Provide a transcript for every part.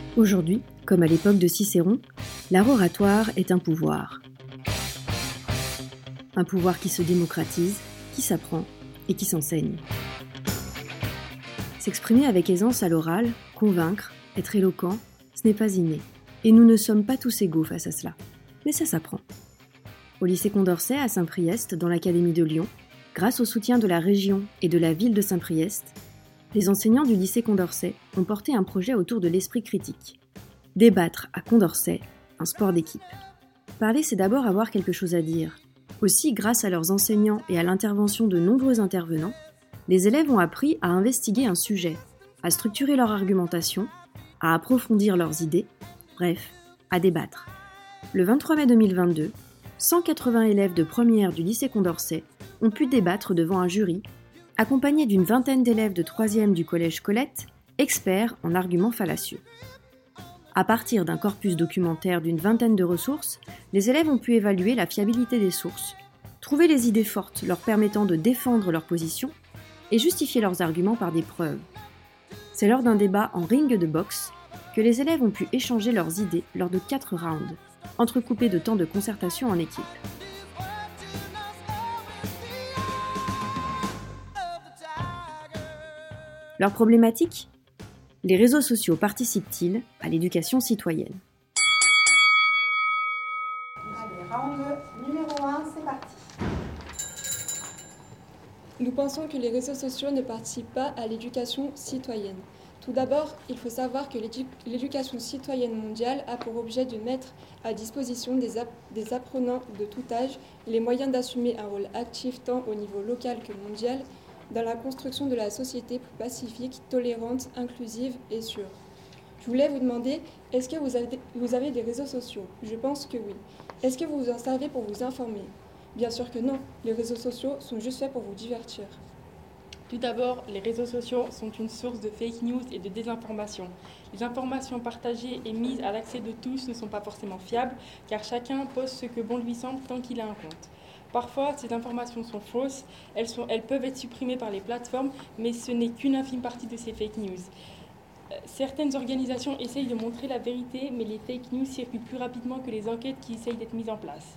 Aujourd'hui, comme à l'époque de Cicéron, l'art oratoire est un pouvoir. Un pouvoir qui se démocratise, qui s'apprend et qui s'enseigne. S'exprimer avec aisance à l'oral, convaincre, être éloquent, ce n'est pas inné. Et nous ne sommes pas tous égaux face à cela. Mais ça s'apprend. Au lycée Condorcet à Saint-Priest, dans l'Académie de Lyon, grâce au soutien de la région et de la ville de Saint-Priest, les enseignants du lycée Condorcet ont porté un projet autour de l'esprit critique. Débattre à Condorcet, un sport d'équipe. Parler, c'est d'abord avoir quelque chose à dire. Aussi, grâce à leurs enseignants et à l'intervention de nombreux intervenants, les élèves ont appris à investiguer un sujet, à structurer leur argumentation, à approfondir leurs idées, bref, à débattre. Le 23 mai 2022, 180 élèves de première du lycée Condorcet ont pu débattre devant un jury, accompagnés d'une vingtaine d'élèves de 3e du collège Colette, experts en arguments fallacieux. À partir d'un corpus documentaire d'une vingtaine de ressources, les élèves ont pu évaluer la fiabilité des sources, trouver les idées fortes leur permettant de défendre leur position et justifier leurs arguments par des preuves. C'est lors d'un débat en ring de boxe que les élèves ont pu échanger leurs idées lors de 4 rounds, entrecoupés de temps de concertation en équipe. Leur problématique ? Les réseaux sociaux participent-ils à l'éducation citoyenne ? Allez, round numéro 1, c'est parti. Nous pensons que les réseaux sociaux ne participent pas à l'éducation citoyenne. Tout d'abord, il faut savoir que l'éducation citoyenne mondiale a pour objet de mettre à disposition des apprenants de tout âge les moyens d'assumer un rôle actif tant au niveau local que mondial dans la construction de la société plus pacifique, tolérante, inclusive et sûre. Je voulais vous demander, est-ce que vous avez des réseaux sociaux ? Je pense que oui. Est-ce que vous vous en servez pour vous informer ? Bien sûr que non, les réseaux sociaux sont juste faits pour vous divertir. Tout d'abord, les réseaux sociaux sont une source de fake news et de désinformation. Les informations partagées et mises à l'accès de tous ne sont pas forcément fiables, car chacun poste ce que bon lui semble tant qu'il a un compte. Parfois, ces informations sont fausses, elles peuvent être supprimées par les plateformes, mais ce n'est qu'une infime partie de ces fake news. Certaines organisations essayent de montrer la vérité, mais les fake news circulent plus rapidement que les enquêtes qui essayent d'être mises en place.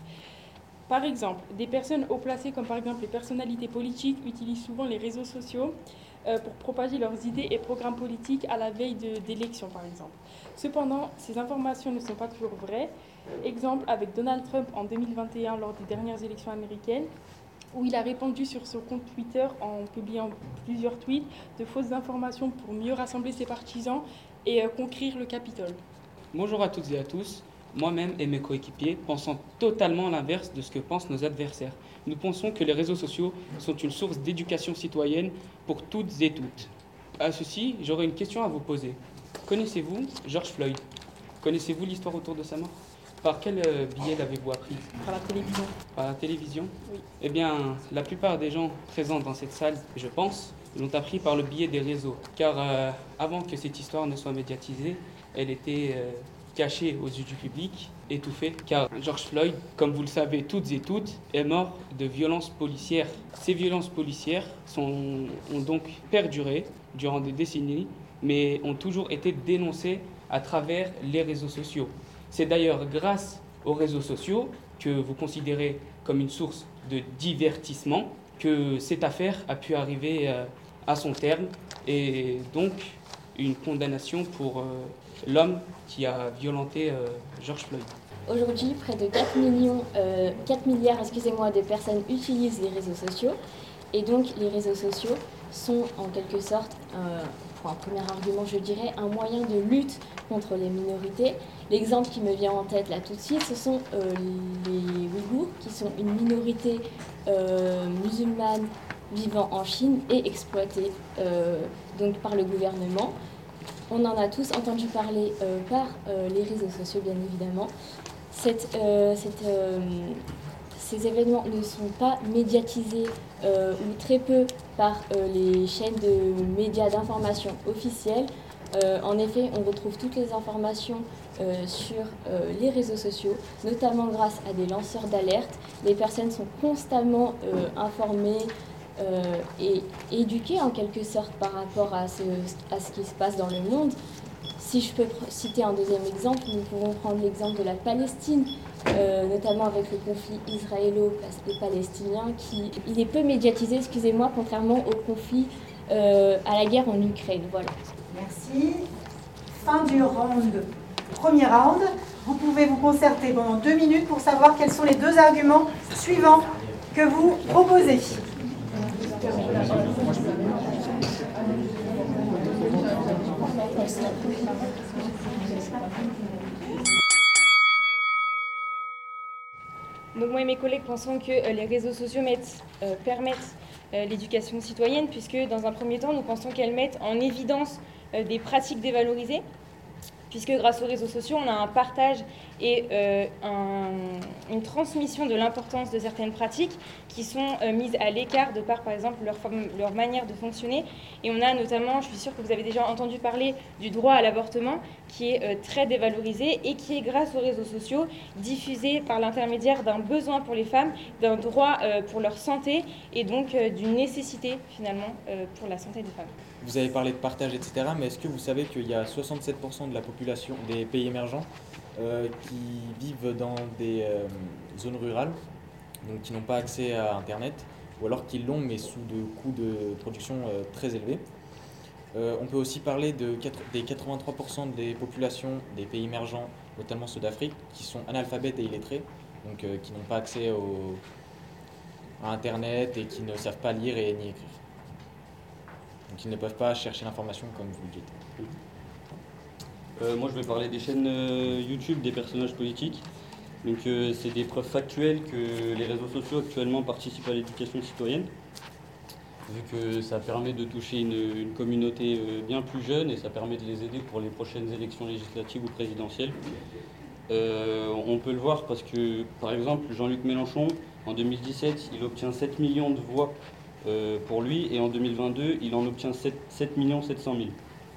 Par exemple, des personnes haut placées, comme par exemple les personnalités politiques, utilisent souvent les réseaux sociaux pour propager leurs idées et programmes politiques à la veille d'élections, par exemple. Cependant, ces informations ne sont pas toujours vraies. Exemple avec Donald Trump en 2021 lors des dernières élections américaines, où il a répandu sur son compte Twitter en publiant plusieurs tweets de fausses informations pour mieux rassembler ses partisans et conquérir le Capitole. Bonjour à toutes et à tous. Moi-même et mes coéquipiers pensons totalement l'inverse de ce que pensent nos adversaires. Nous pensons que les réseaux sociaux sont une source d'éducation citoyenne pour toutes et toutes. À ceci, j'aurais une question à vous poser. Connaissez-vous George Floyd ? Connaissez-vous l'histoire autour de sa mort ? Par quel biais l'avez-vous appris ? Par la télévision. Par la télévision ? Oui. Eh bien, la plupart des gens présents dans cette salle, je pense, l'ont appris par le biais des réseaux. Car avant que cette histoire ne soit médiatisée, elle était cachée aux yeux du public, étouffée. Car George Floyd, comme vous le savez toutes et toutes, est mort de violences policières. Ces violences policières ont donc perduré durant des décennies, mais ont toujours été dénoncées à travers les réseaux sociaux. C'est d'ailleurs grâce aux réseaux sociaux que vous considérez comme une source de divertissement que cette affaire a pu arriver à son terme et donc une condamnation pour l'homme qui a violenté George Floyd. Aujourd'hui, près de 4 milliards de personnes utilisent les réseaux sociaux et donc les réseaux sociaux sont en quelque sorte, pour un premier argument je dirais, un moyen de lutte contre les minorités. L'exemple qui me vient en tête là tout de suite, ce sont les Ouïghours, qui sont une minorité musulmane vivant en Chine et exploitée donc par le gouvernement. On en a tous entendu parler par les réseaux sociaux, bien évidemment. Ces événements ne sont pas médiatisés ou très peu par les chaînes de médias d'information officielles. En effet, on retrouve toutes les informations sur les réseaux sociaux, notamment grâce à des lanceurs d'alerte. Les personnes sont constamment informées et éduquées en quelque sorte par rapport à ce qui se passe dans le monde. Si je peux citer un deuxième exemple, nous pouvons prendre l'exemple de la Palestine, notamment avec le conflit israélo-palestinien, il est peu médiatisé, excusez-moi, contrairement au conflit à la guerre en Ukraine. Voilà. Merci. Fin du premier round. Vous pouvez vous concerter pendant 2 minutes pour savoir quels sont les 2 arguments suivants que vous proposez. Donc moi et mes collègues pensons que les réseaux sociaux permettent l'éducation citoyenne, puisque dans un premier temps, nous pensons qu'elles mettent en évidence des pratiques dévalorisées, puisque grâce aux réseaux sociaux, on a un partage et une transmission de l'importance de certaines pratiques qui sont mises à l'écart de par exemple, leur manière de fonctionner. Et on a notamment, je suis sûre que vous avez déjà entendu parler du droit à l'avortement, qui est très dévalorisé et qui est, grâce aux réseaux sociaux, diffusé par l'intermédiaire d'un besoin pour les femmes, d'un droit pour leur santé et donc d'une nécessité, finalement, pour la santé des femmes. Vous avez parlé de partage, etc. Mais est-ce que vous savez qu'il y a 67% de la population des pays émergents qui vivent dans des zones rurales, donc qui n'ont pas accès à Internet, ou alors qui l'ont, mais sous de coûts de production très élevés. On peut aussi parler des 83% des populations des pays émergents, notamment ceux d'Afrique, qui sont analphabètes et illettrés, donc qui n'ont pas accès à Internet et qui ne savent pas lire et ni écrire. Donc ils ne peuvent pas chercher l'information comme vous le dites. Moi je vais parler des chaînes YouTube des personnages politiques. Donc c'est des preuves factuelles que les réseaux sociaux actuellement participent à l'éducation citoyenne, vu que ça permet de toucher une communauté bien plus jeune et ça permet de les aider pour les prochaines élections législatives ou présidentielles. On peut le voir parce que, par exemple, Jean-Luc Mélenchon, en 2017, il obtient 7 millions de voix pour lui, et en 2022, il en obtient 7 700 000.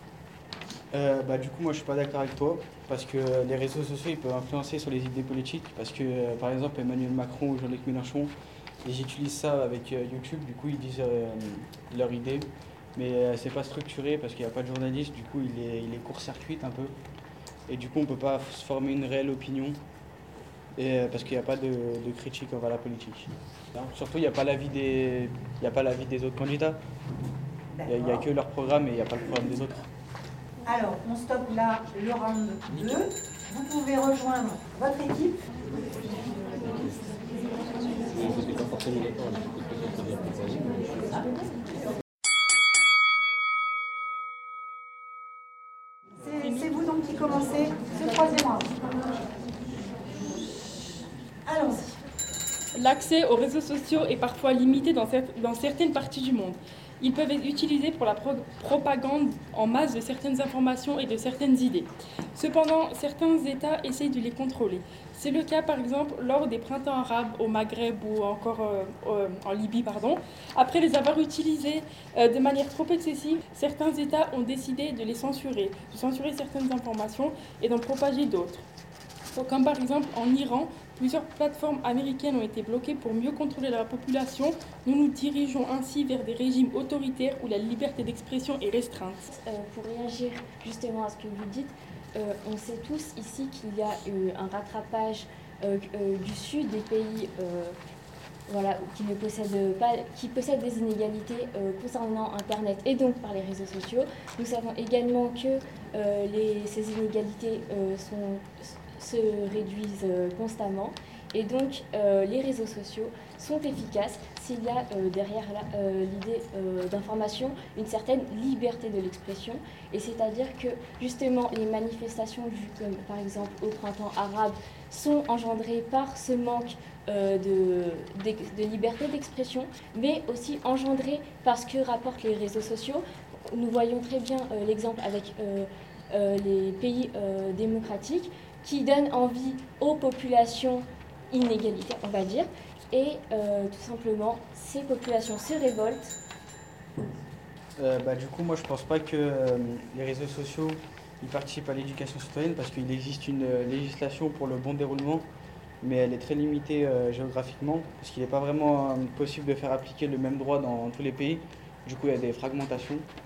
Du coup, moi je suis pas d'accord avec toi, parce que les réseaux sociaux ils peuvent influencer sur les idées politiques, parce que par exemple Emmanuel Macron ou Jean-Luc Mélenchon, ils utilisent ça avec YouTube, du coup ils disent leur idée, mais c'est pas structuré parce qu'il n'y a pas de journaliste, du coup il est court-circuite un peu, et du coup on peut pas se former une réelle opinion, et, parce qu'il n'y a pas de critique envers la politique. Surtout il n'y a pas l'avis des autres candidats, il n'y a que leur programme et il n'y a pas le programme des autres. Alors, on stoppe là le round 2. Vous pouvez rejoindre votre équipe. C'est vous donc qui commencez ce 3e round. Allons-y. L'accès aux réseaux sociaux est parfois limité dans certaines parties du monde. Ils peuvent être utilisés pour la propagande en masse de certaines informations et de certaines idées. Cependant, certains États essayent de les contrôler. C'est le cas par exemple lors des printemps arabes au Maghreb ou encore en Libye. Après les avoir utilisés de manière trop excessive, certains États ont décidé de les censurer, de censurer certaines informations et d'en propager d'autres. Comme par exemple en Iran, plusieurs plateformes américaines ont été bloquées pour mieux contrôler la population. Nous nous dirigeons ainsi vers des régimes autoritaires où la liberté d'expression est restreinte. Pour réagir justement à ce que vous dites, on sait tous ici qu'il y a un rattrapage du sud des pays qui possèdent des inégalités concernant Internet et donc par les réseaux sociaux. Nous savons également que ces inégalités se réduisent constamment et donc les réseaux sociaux sont efficaces s'il y a derrière l'idée d'information une certaine liberté de l'expression, et c'est-à-dire que justement les manifestations vues comme par exemple au printemps arabe sont engendrées par ce manque de liberté d'expression, mais aussi engendrées par ce que rapportent les réseaux sociaux. Nous voyons très bien l'exemple avec les pays démocratiques qui donnent envie aux populations inégalitaires, on va dire, et tout simplement ces populations se révoltent. Du coup, moi je pense pas que les réseaux sociaux ils participent à l'éducation citoyenne, parce qu'il existe une législation pour le bon déroulement, mais elle est très limitée géographiquement, parce qu'il n'est pas vraiment possible de faire appliquer le même droit dans tous les pays. Du coup, il y a des fragmentations.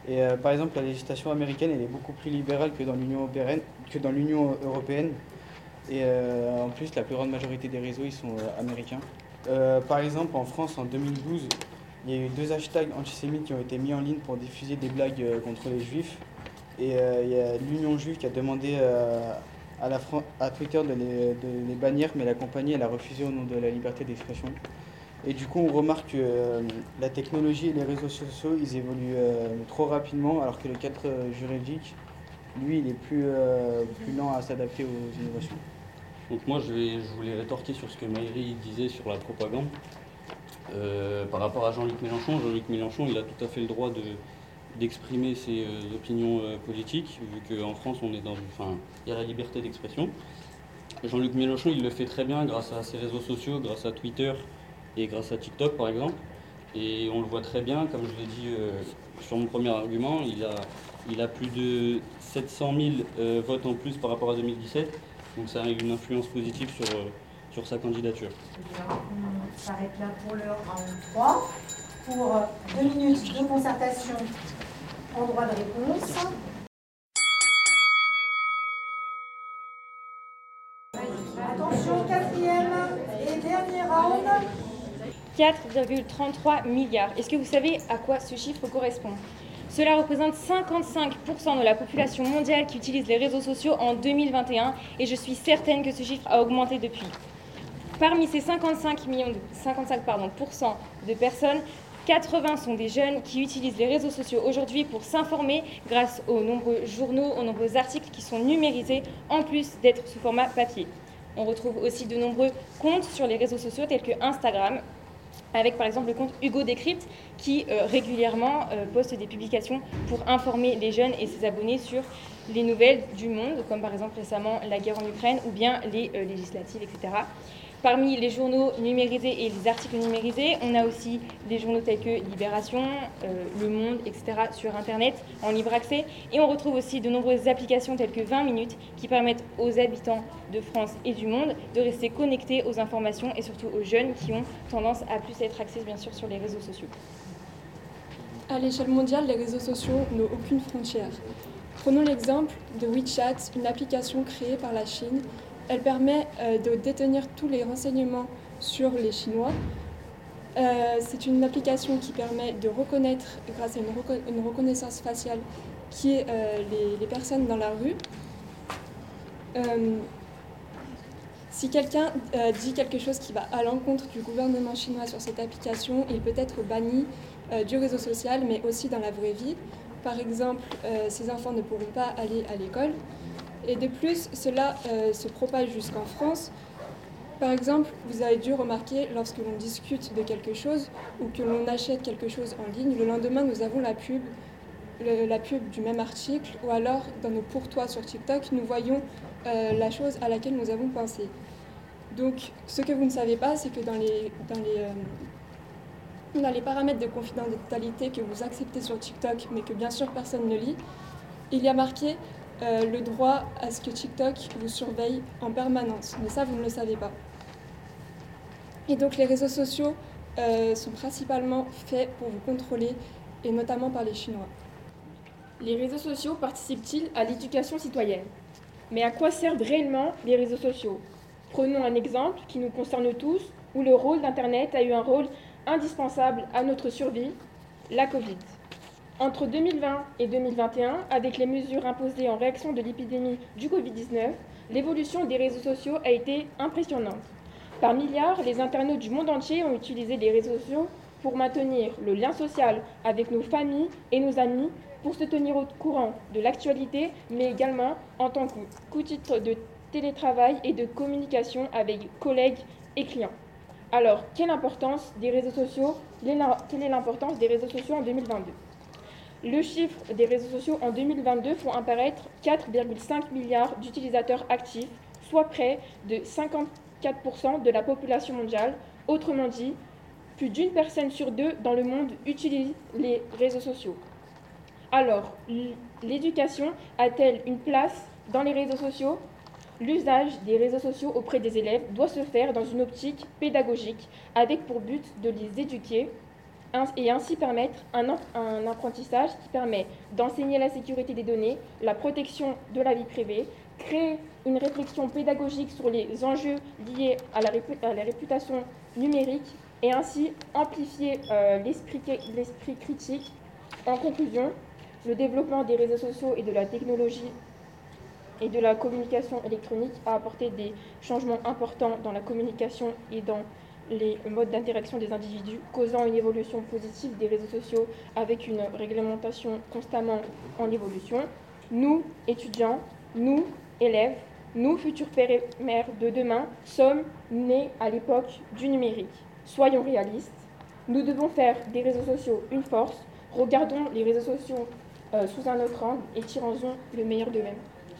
Et par exemple, la législation américaine, elle est beaucoup plus libérale que dans l'Union européenne. Et en plus, la plus grande majorité des réseaux, ils sont américains. Par exemple, en France, en 2012, il y a eu 2 hashtags antisémites qui ont été mis en ligne pour diffuser des blagues contre les juifs. Et il y a l'Union juive qui a demandé à Twitter de les bannir, mais la compagnie elle a refusé au nom de la liberté d'expression. Et du coup, on remarque que la technologie et les réseaux sociaux, ils évoluent trop rapidement, alors que le cadre juridique, lui, il est plus lent à s'adapter aux innovations. Donc moi, je voulais rétorquer sur ce que Maïri disait sur la propagande. Par rapport à Jean-Luc Mélenchon, il a tout à fait le droit d'exprimer ses opinions politiques, vu qu'en France, il y a la liberté d'expression. Jean-Luc Mélenchon, il le fait très bien grâce à ses réseaux sociaux, grâce à Twitter et grâce à TikTok, par exemple. Et on le voit très bien, comme je l'ai dit sur mon premier argument, il a plus de 700 000 votes en plus par rapport à 2017. Donc ça a une influence positive sur sa candidature. On s'arrête là pour le round 3. Pour 2 minutes de concertation en droit de réponse. Attention, 4e et dernier round. 4,33 milliards. Est-ce que vous savez à quoi ce chiffre correspond ? Cela représente 55% de la population mondiale qui utilise les réseaux sociaux en 2021 et je suis certaine que ce chiffre a augmenté depuis. Parmi ces 55% de personnes, 80 sont des jeunes qui utilisent les réseaux sociaux aujourd'hui pour s'informer grâce aux nombreux journaux, aux nombreux articles qui sont numérisés en plus d'être sous format papier. On retrouve aussi de nombreux comptes sur les réseaux sociaux tels que Instagram, avec par exemple le compte Hugo Décrypte qui régulièrement poste des publications pour informer les jeunes et ses abonnés sur les nouvelles du monde, comme par exemple récemment la guerre en Ukraine ou bien les législatives, etc. Parmi les journaux numérisés et les articles numérisés, on a aussi des journaux tels que Libération, Le Monde, etc. sur Internet, en libre accès. Et on retrouve aussi de nombreuses applications telles que 20 minutes qui permettent aux habitants de France et du monde de rester connectés aux informations et surtout aux jeunes qui ont tendance à plus être axés bien sûr sur les réseaux sociaux. À l'échelle mondiale, les réseaux sociaux n'ont aucune frontière. Prenons l'exemple de WeChat, une application créée par la Chine. Elle permet de détenir tous les renseignements sur les Chinois. C'est une application qui permet de reconnaître, grâce à une reconnaissance faciale, qui est les personnes dans la rue. Si quelqu'un dit quelque chose qui va à l'encontre du gouvernement chinois sur cette application, il peut être banni du réseau social, mais aussi dans la vraie vie. Par exemple, ces enfants ne pourront pas aller à l'école. Et de plus, cela se propage jusqu'en France. Par exemple, vous avez dû remarquer, lorsque l'on discute de quelque chose ou que l'on achète quelque chose en ligne, le lendemain, nous avons la pub du même article, ou alors, dans nos pour-toi sur TikTok, nous voyons la chose à laquelle nous avons pensé. Donc, ce que vous ne savez pas, c'est que dans les paramètres de confidentialité que vous acceptez sur TikTok, mais que bien sûr personne ne lit, il y a marqué le droit à ce que TikTok vous surveille en permanence. Mais ça, vous ne le savez pas. Et donc, les réseaux sociaux sont principalement faits pour vous contrôler, et notamment par les Chinois. Les réseaux sociaux participent-ils à l'éducation citoyenne ? Mais à quoi servent réellement les réseaux sociaux ? Prenons un exemple qui nous concerne tous, où le rôle d'Internet a eu un rôle indispensable à notre survie, la Covid. Entre 2020 et 2021, avec les mesures imposées en réaction de l'épidémie du Covid-19, l'évolution des réseaux sociaux a été impressionnante. Par milliards, les internautes du monde entier ont utilisé les réseaux sociaux pour maintenir le lien social avec nos familles et nos amis, pour se tenir au courant de l'actualité, mais également en tant qu'outil de télétravail et de communication avec collègues et clients. Alors, quelle est l'importance des réseaux sociaux en 2022 ? Le chiffre des réseaux sociaux en 2022 font apparaître 4,5 milliards d'utilisateurs actifs, soit près de 54% de la population mondiale. Autrement dit, plus d'une personne sur 2 dans le monde utilise les réseaux sociaux. Alors, l'éducation a-t-elle une place dans les réseaux sociaux ? L'usage des réseaux sociaux auprès des élèves doit se faire dans une optique pédagogique, avec pour but de les éduquer et ainsi permettre un apprentissage qui permet d'enseigner la sécurité des données, la protection de la vie privée, créer une réflexion pédagogique sur les enjeux liés à la réputation numérique et ainsi amplifier l'esprit critique. En conclusion, le développement des réseaux sociaux et de la technologie et de la communication électronique a apporté des changements importants dans la communication et dans les modes d'interaction des individus, causant une évolution positive des réseaux sociaux avec une réglementation constamment en évolution. Nous, étudiants, nous, élèves, nous, futurs pères et mères de demain, sommes nés à l'époque du numérique. Soyons réalistes, nous devons faire des réseaux sociaux une force, regardons les réseaux sociaux sous un autre angle et tirons-en le meilleur d'eux-mêmes.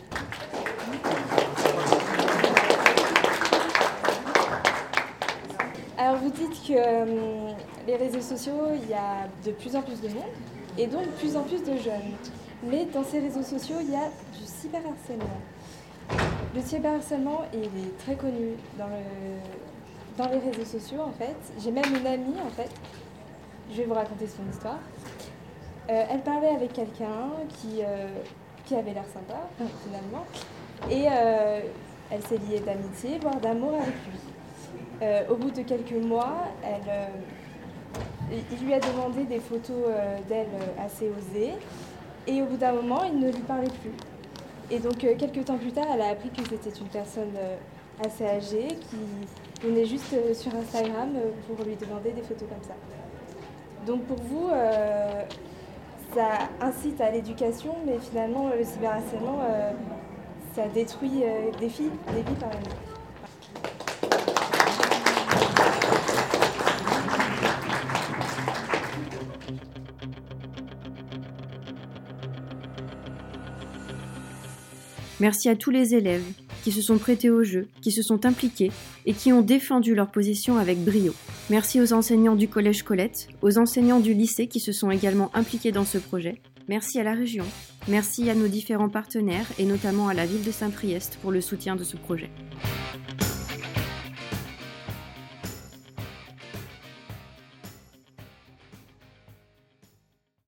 Alors vous dites que les réseaux sociaux, il y a de plus en plus de monde et donc de plus en plus de jeunes. Mais dans ces réseaux sociaux, il y a du cyberharcèlement. Le cyberharcèlement, il est très connu dans les réseaux sociaux en fait. J'ai même une amie en fait, je vais vous raconter son histoire. Elle parlait avec quelqu'un qui avait l'air sympa finalement et elle s'est liée d'amitié, voire d'amour avec lui. Au bout de quelques mois, il lui a demandé des photos d'elle assez osées et au bout d'un moment, il ne lui parlait plus. Et donc, quelques temps plus tard, elle a appris que c'était une personne assez âgée qui venait juste sur Instagram pour lui demander des photos comme ça. Donc pour vous, ça incite à l'éducation, mais finalement, le cyberharcèlement, ça détruit des vies par exemple. Merci à tous les élèves qui se sont prêtés au jeu, qui se sont impliqués et qui ont défendu leur position avec brio. Merci aux enseignants du Collège Colette, aux enseignants du lycée qui se sont également impliqués dans ce projet. Merci à la région. Merci à nos différents partenaires et notamment à la ville de Saint-Priest pour le soutien de ce projet.